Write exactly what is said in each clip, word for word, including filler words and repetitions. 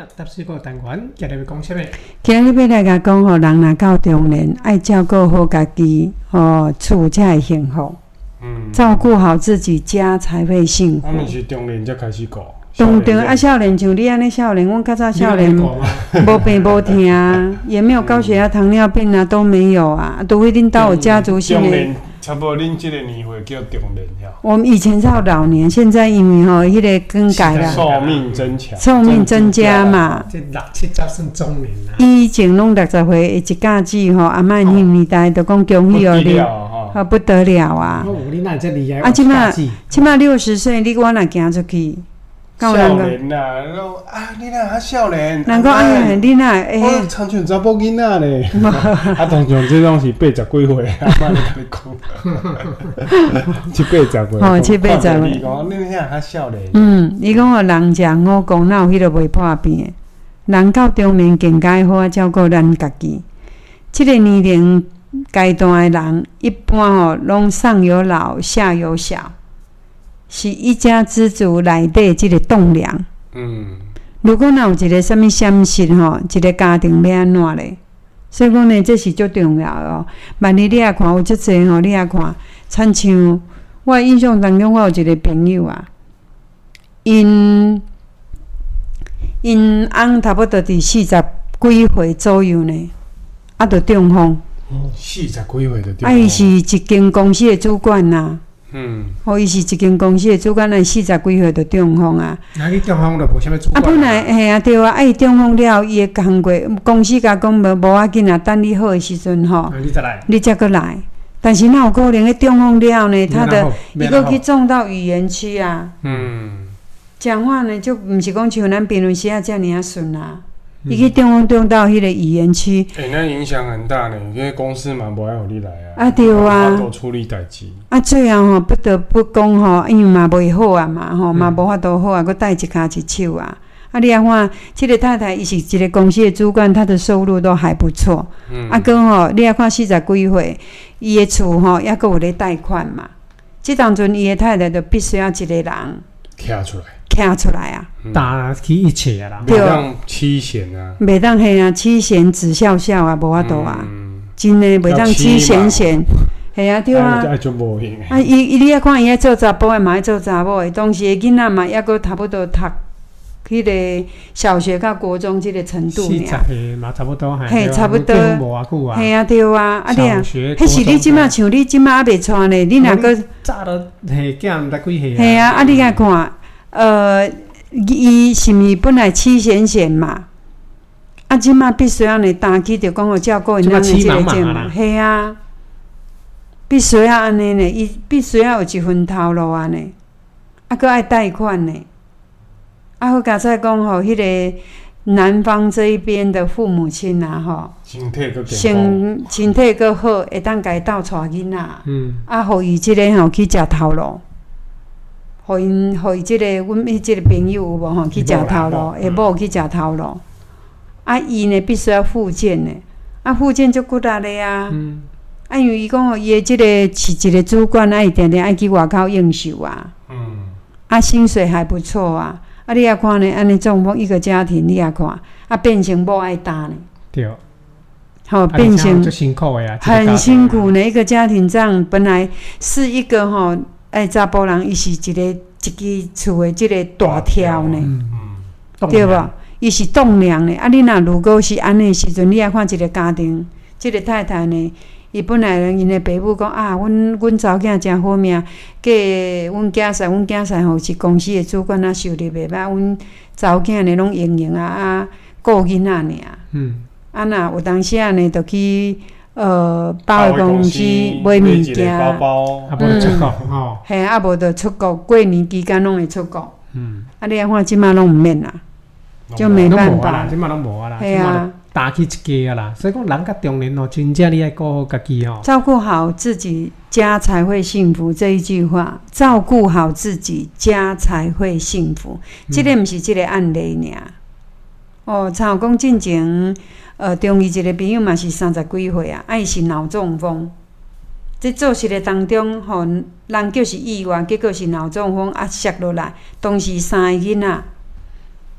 第四个单元今日要讲什么？ 今日要来甲讲吼，人若到中年，爱照顾好家己，吼厝才会幸福。嗯，照顾好自己，家才会幸福。 我们是中年才开始顾。 当中啊，少年像你安尼少年，阮较早少年，无病无痛，也没有高血压、糖尿病啊，都没有啊。除非恁兜有家族性的。 中年差不多恁这个年岁叫中年了。 我们以前叫老年，现在因为吼迄个更改啦， 寿命增强， 寿命增加嘛。 这六七十算中年啦。 以前拢六十岁，一家子吼，阿嬷迄年代都讲恭喜哦你，啊不得了啊！ 哦，你哪这厉害？ 啊，即马即马六十岁，你我若行出去。 少年呐，啊，你哪还少年？ 人讲哎呀，你哪会？ 我参像查甫囡仔咧。啊，通常这种是八十几岁，阿妈咧跟你讲，七八十岁。 哦，七八十岁。 你讲你哪还少年？ 嗯，伊讲哦，人食五功，哪有迄个袂破病的？人到中年更加好啊，照顾咱家己。即个年龄阶段的人，一般哦，拢上有老，下有小。是一家之主内底即个栋梁。嗯，如果若有一个什物闪失吼，一个家庭要安怎咧？所以讲呢，这是足重要的哦。万一你也看有足济吼，你也看，亲像我印象当中，我有一个朋友啊，因因翁差不多伫四十几岁左右呢，啊，就中风。 哦，四十几岁就中风。 啊，伊是一间公司的主管呐、啊。嗯，哦，伊是一间公司的主管，来四十几岁就中风啊。 那你中风就无啥物主管。 啊，本来嘿啊，对啊，啊伊中风了，伊的工作公司甲讲无无要紧啊，等你好的时阵吼， 你再来， 你才过来。但是哪有可能？迄中风了呢？他的伊个去撞到语言区啊。嗯。讲话呢，就毋是讲像咱评论时啊遮尔啊顺啊。伊去中风中到迄个语言区， 诶，那影响很大呢。因为公司嘛无爱互你来啊。 啊对啊。 无法度处理代志。 啊，最后吼不得不讲吼，因为嘛袂好啊嘛吼，嘛无法度好啊，佮带一骹一手啊。啊，你啊看，即个太太伊是一个公司的主管，她的收入都还不错。嗯。啊，佮吼，你啊看四十几岁，伊的厝吼也佮有咧贷款嘛。即当阵伊的太太就必须要一个人徛出来。 徛出来啊！ 打起一切啊啦， 袂当欺贤啊， 袂当嘿啊，欺贤止笑笑啊，无法度啊，嗯、真诶袂当欺贤贤，系啊对啊。 爱做无用啊，伊伊你啊看伊爱做查甫诶，嘛爱做查某诶，当时诶囝仔嘛抑阁差不多读迄个小学到国中即个程度尔。 四十岁嘛，差不多嘿，差不多。 无偌久啊。 嘿啊对啊，啊你啊，迄是你即马像你即马还袂娶呢，你若阁早都嘿囝毋知几岁啊。 嘿啊，啊你甲看。呃，伊是毋是本来欺贤贤嘛？啊，即马必须要呢，担起着讲哦，照顾因咱的这个节目，系啊，必须要安尼呢，伊必须要有一份头路啊呢，啊，佮爱贷款呢，啊，好加再讲吼，迄个男方这一边的父母亲啊，吼， 身体佮身身体佮好，会当家斗带囡仔，嗯，啊，互伊即个吼去食头路。互因，互伊即个，阮迄即个朋友有无吼去食头路，下某去食头路。啊，伊呢必须要复健呢，啊，复健足骨力的啊。嗯。啊，因为伊讲吼，伊的即个是一个主管，啊，伊定定爱去外口应酬啊。嗯。啊，薪水还不错啊。啊，你也看呢，安尼中风一个家庭，你也看，啊，变成某爱担呢。 对。 好，变成很辛苦的呀。 很辛苦呢，一个家庭这样，本来是一个吼。哎，查甫人伊是一个一支厝的即个大条呢，嗯嗯、对无？伊是栋梁呢。啊，你若如果是安尼时阵，你来看一个家庭，即、这个太太呢，伊本来因的爸母讲啊，阮阮查某囝真好命，计阮囝婿，阮囝婿吼是公司的主管啊，收入袂歹，阮查某囝呢拢用用啊啊，顾囡仔尔。嗯。啊，若有当时啊呢，就去。呃，百货公司买物件， 包包， 啊，无出国吼， 嘿，啊，无就出国，过年期间拢会出国。嗯，啊，你看即马拢毋免啦，就没办法。 即马拢无啊啦，即马打起一家啊啦。所以讲，人甲中年哦，真正你爱顾好家己哦。 照顾好自己，家才会幸福。这一句话，照顾好自己，家才会幸福。即、嗯、个毋是即个案例尔。哦，像有讲进前。呃，中医一个朋友嘛是三十几岁啊，啊伊是脑中风。在做事的当中，吼，人叫是意外，结果是脑中风啊，摔落来，当时三个囡仔，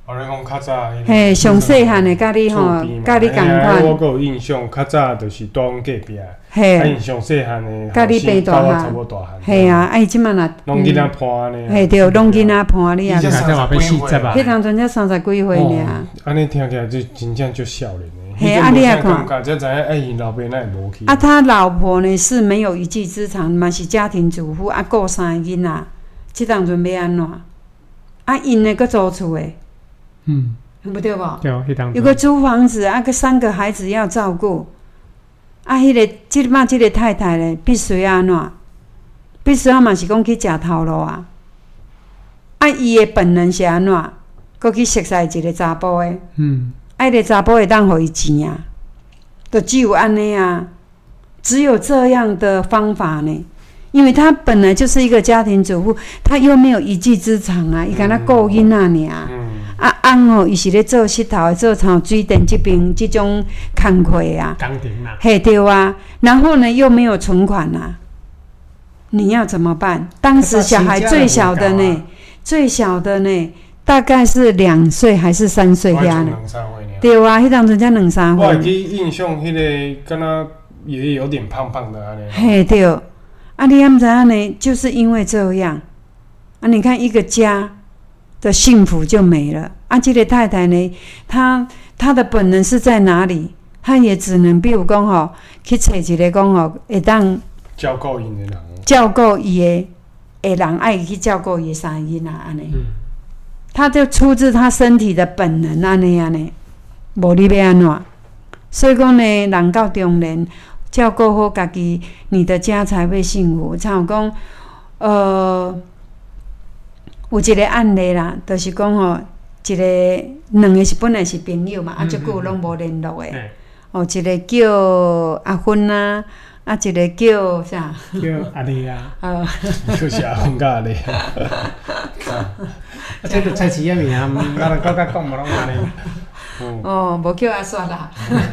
哦，你讲较早， 嘿，上细汉的，甲你吼，甲你共款。 我有印象，较早就是住阮隔壁。 嘿。 啊，因上细汉的， 甲你爸大汉。 差不多大汉。 嘿啊，啊伊即满若。 拢囡仔伴呢。 嘿对，拢囡仔伴你也。 现在嘛要四十啊。 迄当阵才三十几岁尔。 安尼听起来就真正就少年呢。 嘿，啊你也看。 才知影，哎，因老爸那会无去。 啊，他老婆呢是没有一技之长，嘛是家庭主妇，啊，顾三个囡仔，即当阵要安怎？啊，因呢，搁租厝诶。 嗯。 不对无？ 对，迄当。 有个租房子，啊，个三个孩子要照顾，啊，迄、那个即摆即个太太咧，必须安怎？必须啊嘛是讲去食头路啊。啊，伊的本能是安怎？搁去熟识一个查甫的。 嗯。 啊，迄个查甫会当互伊钱啊，就只有安尼啊，只有这样的方法呢。因为她本来就是一个家庭主妇，她又没有一技之长啊，伊敢若顾囡仔尔。嗯。啊，翁吼，伊是咧做石头、做潮水电这边这种工课啊， 工程啦， 嘿对啊。然后呢，又没有存款啊，你要怎么办？当时小孩最小的呢，啊、最小的呢，大概是两岁还是三岁遐呢？对啊，迄当阵才两三岁。 我会记印象，迄个敢若也有点胖胖的安尼。 嘿对，啊，你也不知影呢，就是因为这样，啊，你看一个家的幸福就没了。啊，这个太太呢，她她的本能是在哪里？她也只能，比如讲吼，去找一个讲吼，会当照顾因的人， 照顾伊的的人，爱去照顾伊的三个囡仔安尼。她就出自她身体的本能安尼安尼，无你要安怎？所以讲呢，人到中年，照顾好家己，你的家才会幸福。像讲，呃。有一个案例啦，就是讲吼，一个两个是本来是朋友嘛，啊，足久拢无联络诶。哦，一个叫阿芬啊，啊，一个叫啥？ 叫阿丽啊。 哦。 就是阿芬甲阿丽。 啊，这著菜市仔名，毋捌人搁甲讲无拢安尼。 哦，无叫阿雪啦。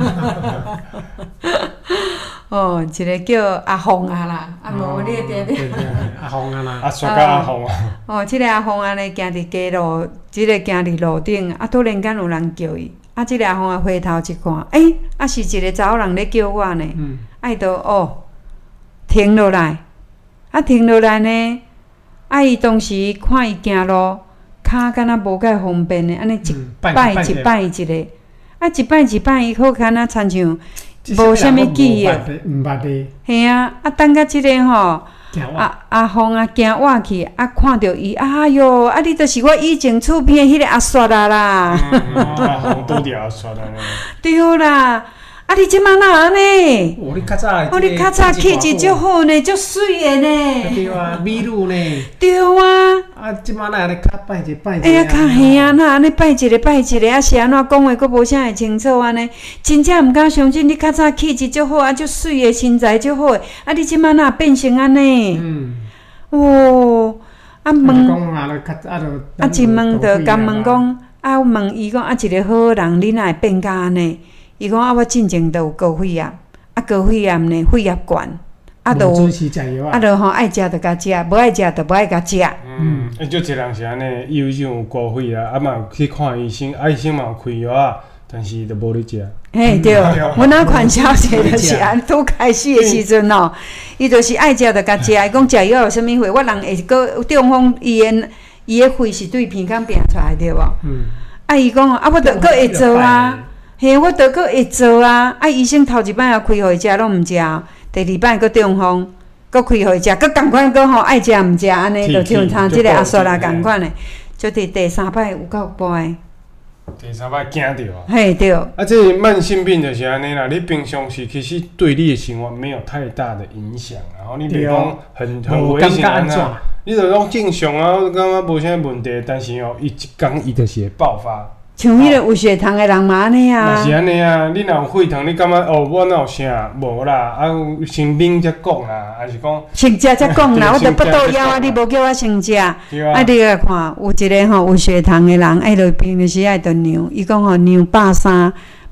哦，一个叫阿凤啊啦，啊无你对对。 阿凤啊啦， 阿雪甲阿凤啊。 哦，即个阿凤安尼行伫街路，即个行伫路顶，啊突然间有人叫伊，啊即个阿凤啊回头一看，诶，啊是一个查某人咧叫我呢，啊伊就哦停落来，啊停落来呢，啊伊当时看伊行路，骹敢若无介方便呢，安尼一摆一摆一个，啊一摆一摆伊好敢若亲像。无啥物记忆， 毋捌的。 嘿啊，啊等甲即个吼，阿阿凤啊行活去，啊看到伊，哎哟，啊你就是我以前厝边迄个阿雪啊啦。 阿凤拄着阿雪安尼。 对啦，啊你即摆哪安尼？ 哦，你较早， 哦你较早气质足好呢，足水的呢。 对啊，美女呢。 对啊。 啊，即摆哪安尼较拜一拜一。 哎呀，较嘿啊，哪安尼拜一个拜一个，啊是安怎讲话，佫无啥会清楚安尼。真正毋敢相信，你较早气质足好，啊足水的，身材足好的，啊你即摆哪变成安尼？嗯。哦，啊问，啊一问着甲问讲，啊问伊讲啊一个好人，你哪会变甲安尼？伊讲啊，我进前都有高血压，啊高血压呢，血压悬，啊都，啊都吼爱食就甲食，无爱食就无爱甲食。 嗯，欸，就一人是安尼，伊有种有高血压，啊嘛去看医生，啊医生嘛有开药啊，但是都无咧食。 嘿对，阮那款小姐就是安拄开始的时阵哦，伊就是爱食就甲食，伊讲食药有啥物血，我人会个中风，伊的伊的血是对鼻孔拼出来对无？嗯。啊伊讲啊，我着佫会做啊。嘿，我倒佫会做啊！啊，医生头一摆也开互伊食，拢毋食。第二摆佫中风，佫开互伊食，佫共款佫吼爱食毋食，安尼就像像即个阿雪啦共款诶。就伫第三摆有够乖。 第三摆惊着啊！ 嘿，对。 啊，这慢性病就是安尼啦。你平常时其实对你的生活没有太大的影响，然后你袂讲很很危险安怎？你就讲正常啊，我感觉无啥问题，但是哦，伊一天伊就是会爆发。 像迄个有血糖的人嘛安尼啊， 嘛是安尼啊。你若有血糖，你感觉哦，我哪有啥？无啦，啊有生病才讲啦，还是讲先食才讲啦。我着腹肚枵啊，你无叫我先食。啊，你来看，有一个吼有血糖的人，爱落病的时爱着量，伊讲吼量百三、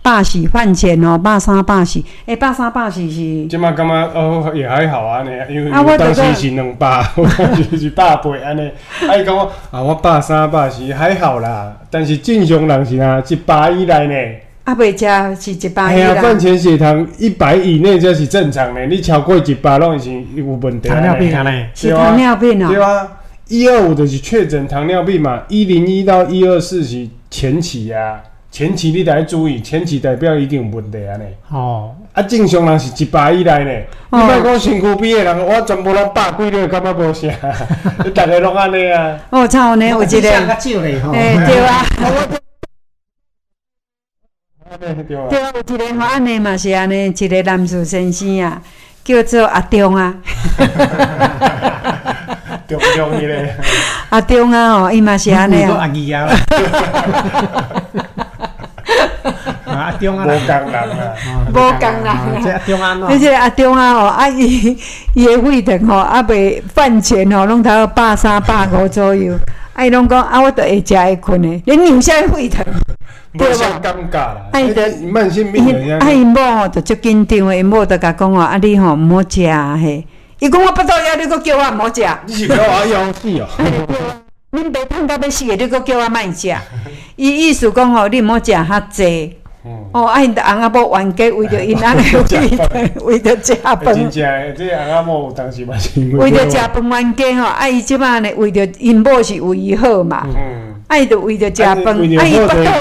百四饭前哦，百三百四，诶，百三百四是。 即马感觉哦也还好安尼，因为我当时是两百，我当时是百八安尼。啊，伊讲我啊，我百三百四还好啦，但是正常人是啊一百以内呢。 啊，袂食是一百以内。 哎呀，饭前血糖一百以内才是正常的，你超过一百拢是有问题。 糖尿病啊嘞， 是糖尿病哦。 对啊，一二五就是确诊糖尿病嘛，一零一到一二四是前期啊。前期你得注意，前期代表一定有问题啊呢。哦，啊正常人是一百以内呢。哦、你莫讲身躯边的人，我全部拢百几了，感觉无啥。你大家拢安尼啊。 哦，像呢有一个，诶对啊。对啊，有一个吼安尼嘛是安尼，一个男士先生啊，叫做阿中啊。 中中迄个。 阿中啊吼，伊嘛是安尼啊。 阿二啊。阿中啊， 无共人啊， 无共人啊， 这阿中啊， 你这阿中啊吼，啊伊伊的血糖吼，啊袂饭前吼，拢头百三百五左右，啊伊拢讲啊，我着会食会困的，恁有啥血糖？ 无啥尴尬啦，啊伊着慢性病的啊伊某吼着足紧张的，伊某着甲讲哦，啊你吼毋好食嘿，伊讲我腹肚枵，你搁叫我毋好食， 你是叫我枵死哦。 恁爸胖到要死的，你搁叫我莫食。伊意思讲吼，你毋好食较济。哦，啊，因着翁仔某冤家，为着因翁的胃疼，为着食饭。 真正的，这翁仔某有当时嘛是因为着食饭冤家吼，啊，伊即摆呢，为着因某是为伊好嘛。嗯。啊，伊着为着食饭，啊，伊腹肚。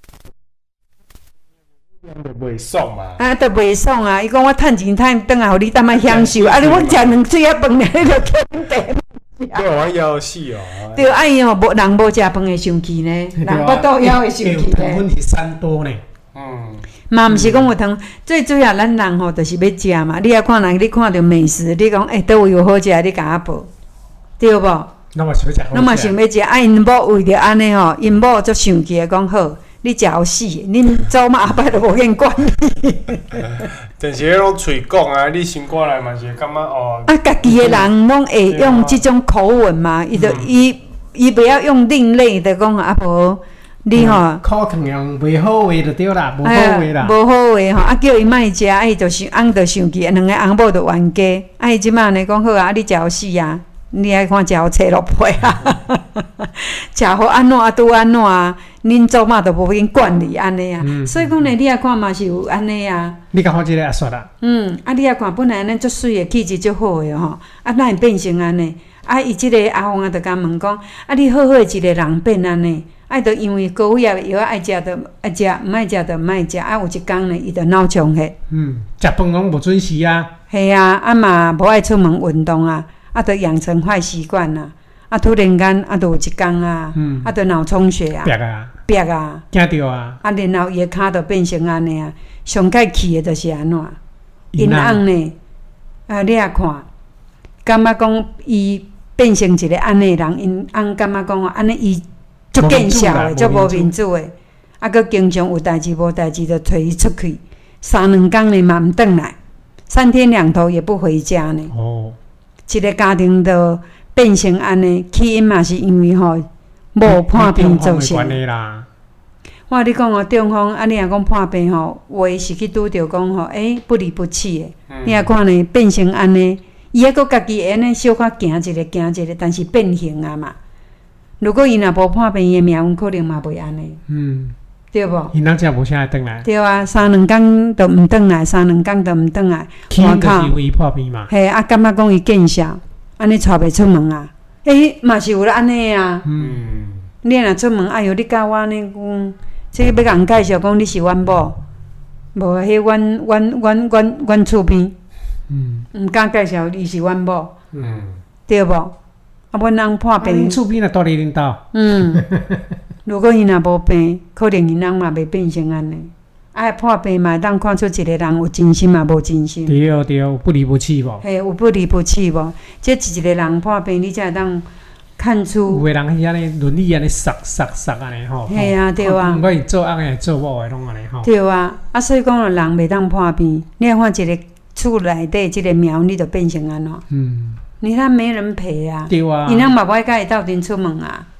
就袂爽嘛。 啊，着袂爽啊！伊讲我趁钱趁转来，互你当卖享受。啊，你我食两嘴仔饭，你着肯定。 对，我枵死哦。 对，啊伊吼无人无食饭会生气呢，人腹肚枵会生气呢。 糖分是三多呢。 嗯。嘛，毋是讲有糖，最主要咱人吼，就是要食嘛。你也看人，你看到美食，你讲诶，倒位有好食，你甲我报，对无？ 那么想食， 那么想要食，啊因某为着安尼吼，因某则生气诶，讲好。你食好死，恁祖妈阿伯都无愿管你。 但是迄种嘴讲啊，你心肝内嘛是感觉哦。 啊，家己诶人拢会用即种口吻嘛，伊就伊伊不要用另类的讲啊无，你吼。 口腔用袂好话就对啦，无好话啦。 无好话吼，啊叫伊莫食，啊伊就生翁就生气，两个翁某就冤家，啊伊即摆呢讲好啊，你食好死啊。你爱看食好切落皮啊，食好安怎啊，拄安怎啊，恁祖妈都无愿管你安尼啊，嗯、所以讲呢，你爱看嘛是有安尼啊。 你甲看即个阿雪啊？ 嗯，啊，你爱看本来安尼足水的气质足好的吼，啊，哪会变成安尼？啊，伊即个阿凤啊，就甲问讲，啊，你好好的一个人变安尼，啊，就因为高血压药爱食就爱食，毋爱食就毋爱食，啊，有一工呢，伊就脑充血。 嗯，食饭拢无准时啊。 系啊，啊嘛无爱出门运动啊。啊，着养成坏习惯啦！啊，突然间啊，着有一工啊，嗯、啊，着脑充血啊， 逼啊， 逼啊， 惊着啊！ 啊，然后伊个骹着变成安尼啊，上界气的就是安怎？因翁呢？啊，你也看，感觉讲伊变成一个安尼人，因翁感觉讲哦，安尼伊足见效的，足无民主的，啊，佮经常有代志无代志着推伊出去，三两工呢嘛毋转来，三天两头也不回家呢。哦。一个家庭就变成安尼，起因嘛是因为吼无判病造成。我你讲哦，中风啊，你若讲判病吼，话是去拄着讲吼，诶，不离不弃的。嗯、你若看呢，变成安尼，伊还佫家己安尼小可行一个行一个，但是变形啊嘛。如果伊若无判病，伊的命运可能嘛袂安尼。嗯。对无？ 伊哪只无啥会转来？ 对啊，三两工都毋转来，三两工都毋转来。 起因就是因为伊破病嘛。 嘿，啊，感觉讲伊见效，安尼带袂出门啊？诶，嘛是有咧安尼啊。嗯。你若出门，哎哟，你教我安尼讲，即要甲人介绍讲你是阮某，无迄阮阮阮阮阮厝边。嗯。毋敢介绍伊是阮某。嗯。对无？啊，阮人破病。 恁厝边若住伫恁兜。 嗯。如果伊若无病，可能伊人嘛袂变成安尼。啊，破病嘛，当看出一个人有真心嘛，无真心。 对对，有不离不弃无？ 嘿，有不离不弃无？这一个人破病，你才会当看出。 有个人迄安尼伦理安尼杀杀杀安尼吼。 嘿啊，对啊。 毋管伊做翁诶，做某诶，拢安尼吼。 对啊，啊，所以讲人袂当破病。你看一个厝内底即个苗，你就变成安怎？嗯。你看没人陪啊。 对啊。 伊人嘛不爱甲伊斗阵出门啊。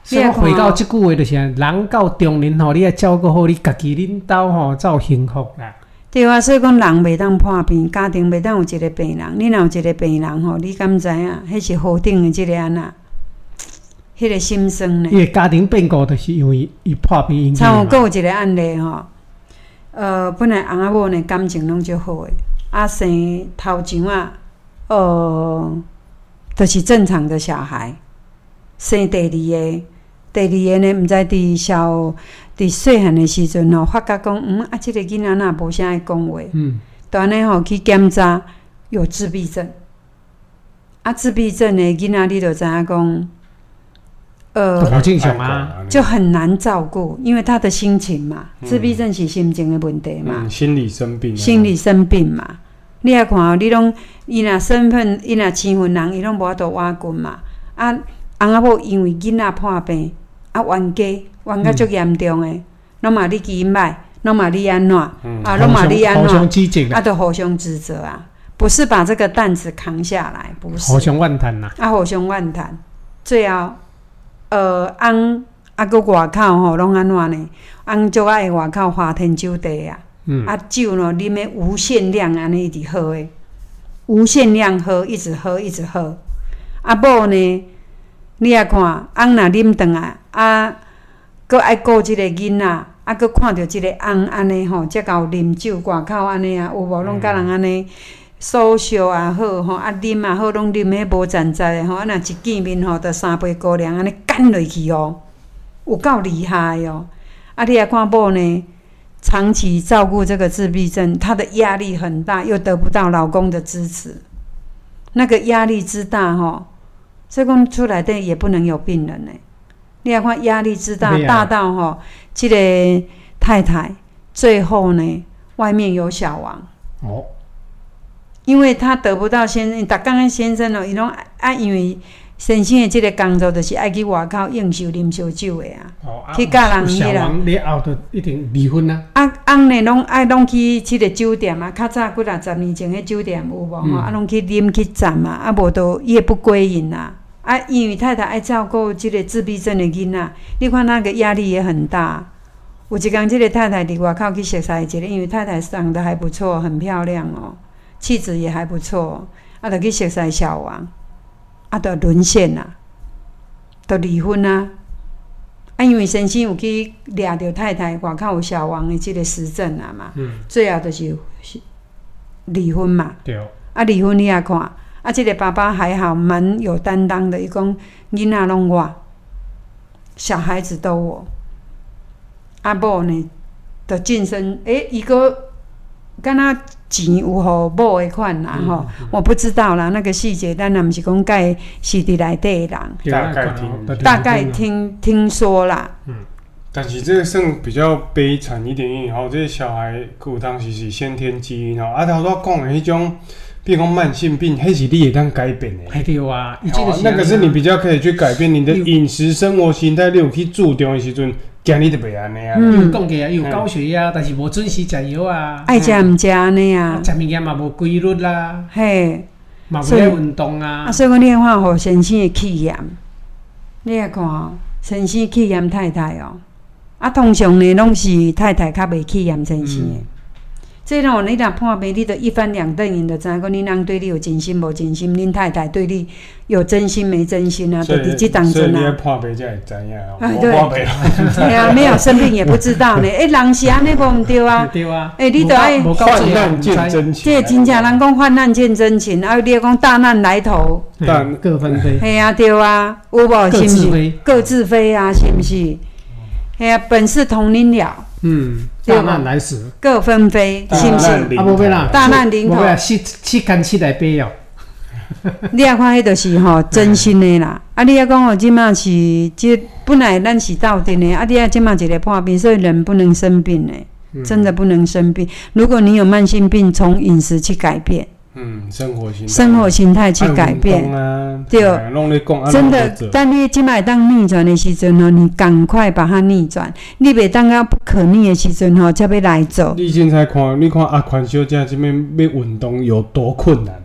所以回到即句话就是，人到中年吼，你要照顾好你家己，恁兜吼才有幸福啦。 对啊，所以讲人袂当破病，家庭袂当有一个病人。你若有一个病人吼，你敢知影？迄是好顶的即个安那，迄个心酸呢？ 伊个家庭变故，就是因为伊破病引起的嘛。 像有一个案例吼，呃，本来翁仔某呢感情拢足好诶，啊生头前啊，呃，就是正常的小孩，生第二个，第二个呢，毋知伫小。伫细汉的时阵吼，发觉讲，嗯，啊，即、这个囡仔若无啥会讲话，嗯，就安尼吼去检查有自闭症，啊，自闭症的囡仔你就知影讲，呃， 好正常啊， 就很难照顾，因为他的心情嘛，嗯、自闭症是心情的问题嘛， 嗯、心理生病、啊， 心理生病嘛，你来看哦，你拢伊若身份，伊若生份人，伊拢无法度活滚嘛，啊，翁仔某因为囡仔破病，啊，冤家。冤甲足严重诶，拢嘛你基因歹，拢嘛你安怎，嗯、啊，拢嘛你安怎， 互相指责啊，都互相指责啊，不是把这个担子扛下来，不是， 互相怨叹呐， 啊，互相怨叹，最后，呃，翁啊个外口吼，拢安怎呢？翁足爱外口花天酒地啊，嗯、啊酒呢啉诶无限量安尼一直喝诶，无限量喝，一直喝，一直喝，啊某呢，你也看，翁若啉转来啊。搁爱顾即个囡仔，啊，搁看到即个翁安尼吼，才够啉酒外口安尼啊，有无？拢甲人安尼social也好吼，啊啉也好，拢啉迄无站在的吼，啊若一见面吼，着三杯高粱安尼干落去哦，有够厉害哦！啊，你来看某呢，长期照顾这个自闭症，她的压力很大，又得不到老公的支持，那个压力之大吼，所以讲厝内底也不能有病人呢。你来看压力之大，大到吼，这个太太最后呢，外面有小王。哦。因为他得不到先生，逐工个先生哦，伊拢啊，因为先生的这个工作就是爱去外口应酬啉烧酒的啊， 哦、 去甲人迄啦。小王了后就一定离婚啊。 啊，翁呢拢爱拢去即个酒店啊，较早几啊十年前迄酒店有无吼？嗯、啊，拢去啉去站啊，啊无都夜不归营啊。啊，因为太太爱照顾即个自闭症的囡仔，你看那个压力也很大。有一天，即个太太伫外口去熟识一个，因为太太长得还不错，很漂亮哦，气质也还不错，啊，就去熟识小王，啊，就沦陷啦，就离婚啊。啊，因为先生有去掠着太太外口有小王的即个实证啊嘛，嗯、最后就是离婚嘛。 对。 啊，离婚你也看。啊，这个爸爸还好，蛮有担当的。伊讲囡仔拢我，小孩子都我。啊，某呢，就晋升，诶、欸，伊个敢若钱有互某的款啦吼，嗯嗯、我不知道啦，那个细节，咱也毋是讲介是伫内底的人。 大概听， 大概听听说啦。 嗯，但是这个算比较悲惨一点，因为吼，这个小孩有当时是先天基因吼，啊，头拄讲的迄种。比如讲慢性病，迄是你会当改变的。 对啊， 哦，那个是你比较可以去改变你的饮食、生活形态，你有去注重的时阵，今日就袂安尼啊。 嗯，讲起来有高血压，但是无准时食药啊。 爱食毋食安尼啊。 食物件嘛无规律啦。 嘿， 嘛袂爱运动啊。 啊，所以讲你看吼，先生的气焰，你来看吼，先生气焰太太哦。啊，通常呢，拢是太太较袂气焰先生的。嗯这种你若破病，你就一翻两瞪眼，就知影讲恁人对你有真心无真心，恁太太对你有真心没真心啊？就伫即当中啊。 所以你破病才会知影哦。 啊，对。对啊，没有生病也不知道呢。诶，人是安尼无毋对啊。 对啊。 诶，你着爱患难见真情。 这真正人讲患难见真情，啊，你讲大难来头， 但各分飞。 嘿啊，对啊，有无？是毋是？各自飞啊，是毋是？嘿啊，本是同林鸟。 嗯，大难来时各分飞，是毋是？ 啊，无要啦， 大难临头， 无要七七干七来飞哦。 你也看，迄就是吼真心的啦。啊，你也讲吼，即马是即本来咱是斗阵的，啊，你也即马一个破病，所以人不能生病的，嗯、真的不能生病。如果你有慢性病，从饮食去改变。 嗯，生活形态， 生活形态去改变， 啊、 对，真的。但你即摆当逆转的时阵吼，你赶快把它逆转。你袂当到不可逆的时阵吼，才要来做。 你现在看，你看阿宽小姐这边要运动有多困难？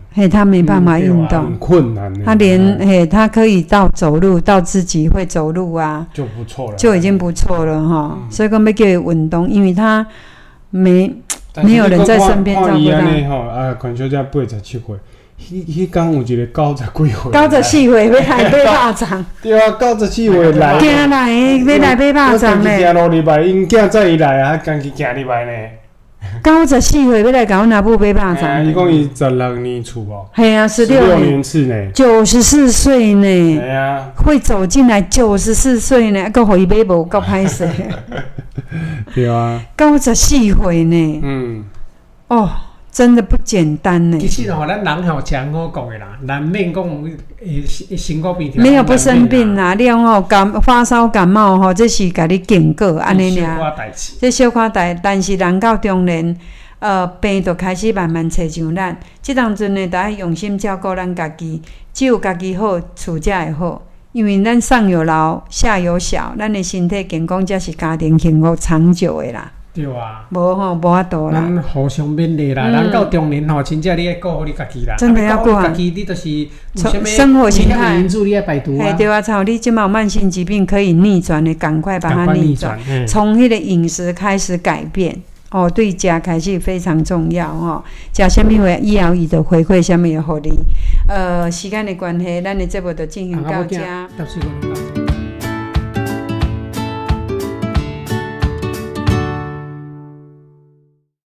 嘿，他没办法运动， 嗯啊、很困难的。 他连、嗯、嘿，他可以到走路，到自己会走路啊， 就不错了， 就已经不错了哈、嗯。所以讲要叫他运动，因为他没没有人在身边照顾他。 啊，권小姐八十七岁。迄迄天有一个九十几岁， 九十四岁要来买肉粽， 对啊，九十四岁来， 惊来的要来买肉粽咧。 行路入来，因囝载伊来啊，家己行入来呢。 九十四岁要来甲阮阿母买肉粽。 伊讲伊十六年厝哦。 系啊，十六年次呢。 九十四岁呢。 系啊。 会走进来九十四岁呢，佮互伊买无够歹势。 对啊。 九十四岁呢。嗯。哦。真的不简单呢。 其实吼，咱人吼真好讲的啦，难免讲诶，身高病条。 没有不生病啦，你讲吼感发烧感冒吼，这是甲你经过安尼尔。 小可代志。 这小可代，但是人到中年，呃，病就开始慢慢找上咱。这当阵呢，就要用心照顾咱家己，只有家己好，厝才会好。因为咱上有老，下有小，咱的身体健康才是家庭幸福长久的啦。 对啊， 无吼，无法度啦。 咱互相勉励啦，人、嗯、到中年吼，真正你要顾好你家己啦。 真的要顾好家己，你就是生活形态。 因素你要排毒啊。 对啊，像你即马有慢性疾病可以逆转的，赶快把它逆转，从迄个饮食开始改变。哦，对食开始非常重要哦。食什么会以后伊就回馈什么的互你。呃，时间的关系，咱的节目就进行到这。